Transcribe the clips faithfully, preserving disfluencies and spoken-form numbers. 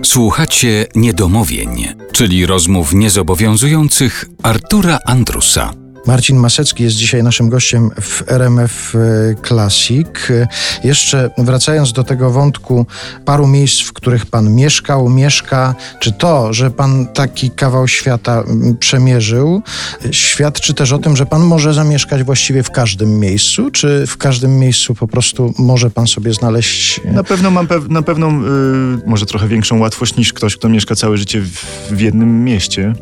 Słuchacie Niedomówień, czyli rozmów niezobowiązujących Artura Andrusa. Marcin Masecki jest dzisiaj naszym gościem w R M F Classic. Jeszcze wracając do tego wątku paru miejsc, w których pan mieszkał, mieszka, czy to, że pan taki kawał świata przemierzył, świadczy też o tym, że pan może zamieszkać właściwie w każdym miejscu, czy w każdym miejscu po prostu może pan sobie znaleźć... Na pewno mam pew- na pewno yy, może trochę większą łatwość niż ktoś, kto mieszka całe życie w, w jednym mieście.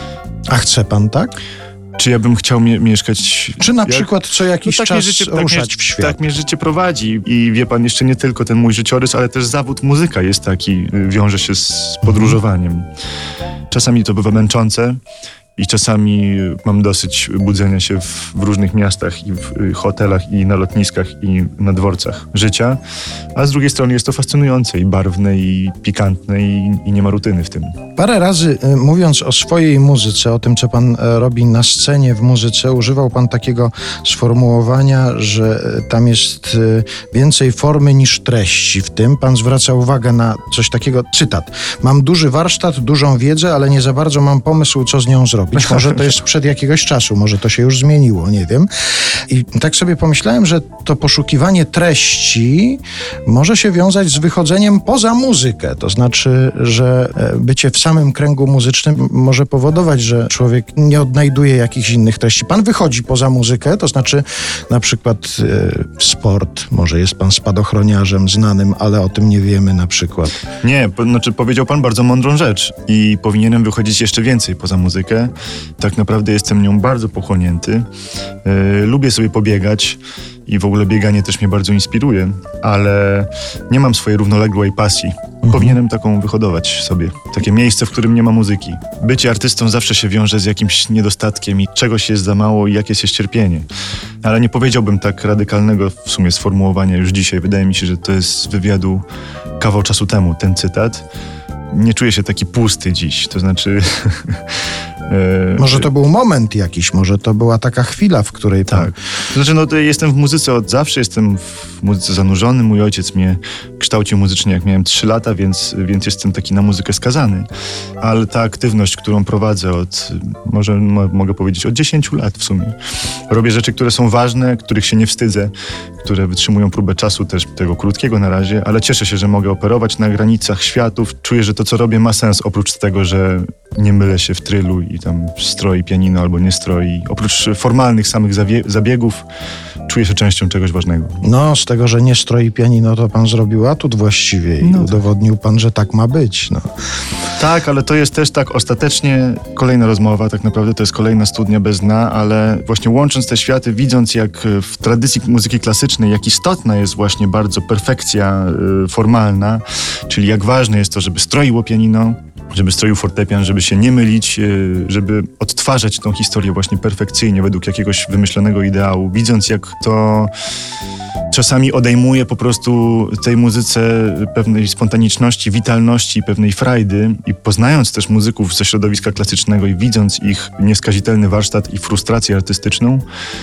A chce pan tak? Czy ja bym chciał mie- mieszkać... Czy na jak... przykład co jakiś no, tak czas życie, ruszać tak mnie, w świat? Tak mnie życie prowadzi i wie pan, jeszcze nie tylko ten mój życiorys, ale też zawód muzyka jest taki, wiąże się z podróżowaniem. Czasami to bywa męczące i czasami mam dosyć budzenia się w, w różnych miastach i w hotelach i na lotniskach i na dworcach życia, a z drugiej strony jest to fascynujące i barwne i pikantne i, i nie ma rutyny w tym. Parę razy y, mówiąc o swojej muzyce, o tym, co pan y, robi na scenie w muzyce, używał pan takiego sformułowania, że y, tam jest y, więcej formy niż treści. W tym pan zwraca uwagę na coś takiego, cytat: mam duży warsztat, dużą wiedzę, ale nie za bardzo mam pomysł, co z nią zrobić. Może to jest sprzed jakiegoś czasu, może to się już zmieniło, nie wiem. I tak sobie pomyślałem, że to poszukiwanie treści może się wiązać z wychodzeniem poza muzykę. To znaczy, że bycie w samym kręgu muzycznym może powodować, że człowiek nie odnajduje jakichś innych treści. Pan wychodzi poza muzykę, to znaczy na przykład e, sport. Może jest pan spadochroniarzem znanym, ale o tym nie wiemy na przykład. Nie, po, znaczy powiedział pan bardzo mądrą rzecz i powinienem wychodzić jeszcze więcej poza muzykę. Tak naprawdę jestem nią bardzo pochłonięty. Yy, lubię sobie pobiegać i w ogóle bieganie też mnie bardzo inspiruje, ale nie mam swojej równoległej pasji. Mhm. Powinienem taką wyhodować sobie. Takie miejsce, w którym nie ma muzyki. Bycie artystą zawsze się wiąże z jakimś niedostatkiem i czegoś jest za mało i jakieś jest cierpienie. Ale nie powiedziałbym tak radykalnego w sumie sformułowania już dzisiaj. Wydaje mi się, że to jest z wywiadu kawał czasu temu, ten cytat. Nie czuję się taki pusty dziś, to znaczy... Może to był moment jakiś, może to była taka chwila, w której pan... Tak. To znaczy, no to jestem w muzyce od zawsze, jestem w muzyce zanurzony. Mój ojciec mnie kształcił muzycznie, jak miałem trzy lata, więc, więc jestem taki na muzykę skazany. Ale ta aktywność, którą prowadzę od, może mo- mogę powiedzieć, od dziesięciu lat w sumie. Robię rzeczy, które są ważne, których się nie wstydzę, które wytrzymują próbę czasu też tego krótkiego na razie, ale cieszę się, że mogę operować na granicach światów. Czuję, że to, co robię, ma sens, oprócz tego, że nie mylę się w trylu i tam stroi pianino albo nie stroi. Oprócz formalnych samych zawie- zabiegów czuję się częścią czegoś ważnego. No, z tego, że nie stroi pianino, to pan zrobił atut właściwie i no udowodnił pan, że tak ma być. No. Tak, ale to jest też tak ostatecznie kolejna rozmowa, tak naprawdę to jest kolejna studnia bez dna, ale właśnie łącząc te światy, widząc jak w tradycji muzyki klasycznej, jak istotna jest właśnie bardzo perfekcja y, formalna, czyli jak ważne jest to, żeby stroiło pianino, żeby stroił fortepian, żeby się nie mylić, żeby odtwarzać tą historię właśnie perfekcyjnie, według jakiegoś wymyślonego ideału. Widząc, jak to czasami odejmuje po prostu tej muzyce pewnej spontaniczności, witalności, pewnej frajdy i poznając też muzyków ze środowiska klasycznego i widząc ich nieskazitelny warsztat i frustrację artystyczną,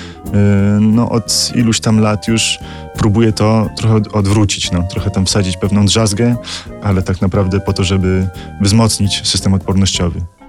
no od iluś tam lat już próbuję to trochę odwrócić, no, trochę tam wsadzić pewną drzazgę, ale tak naprawdę po to, żeby wzmocnić system odpornościowy.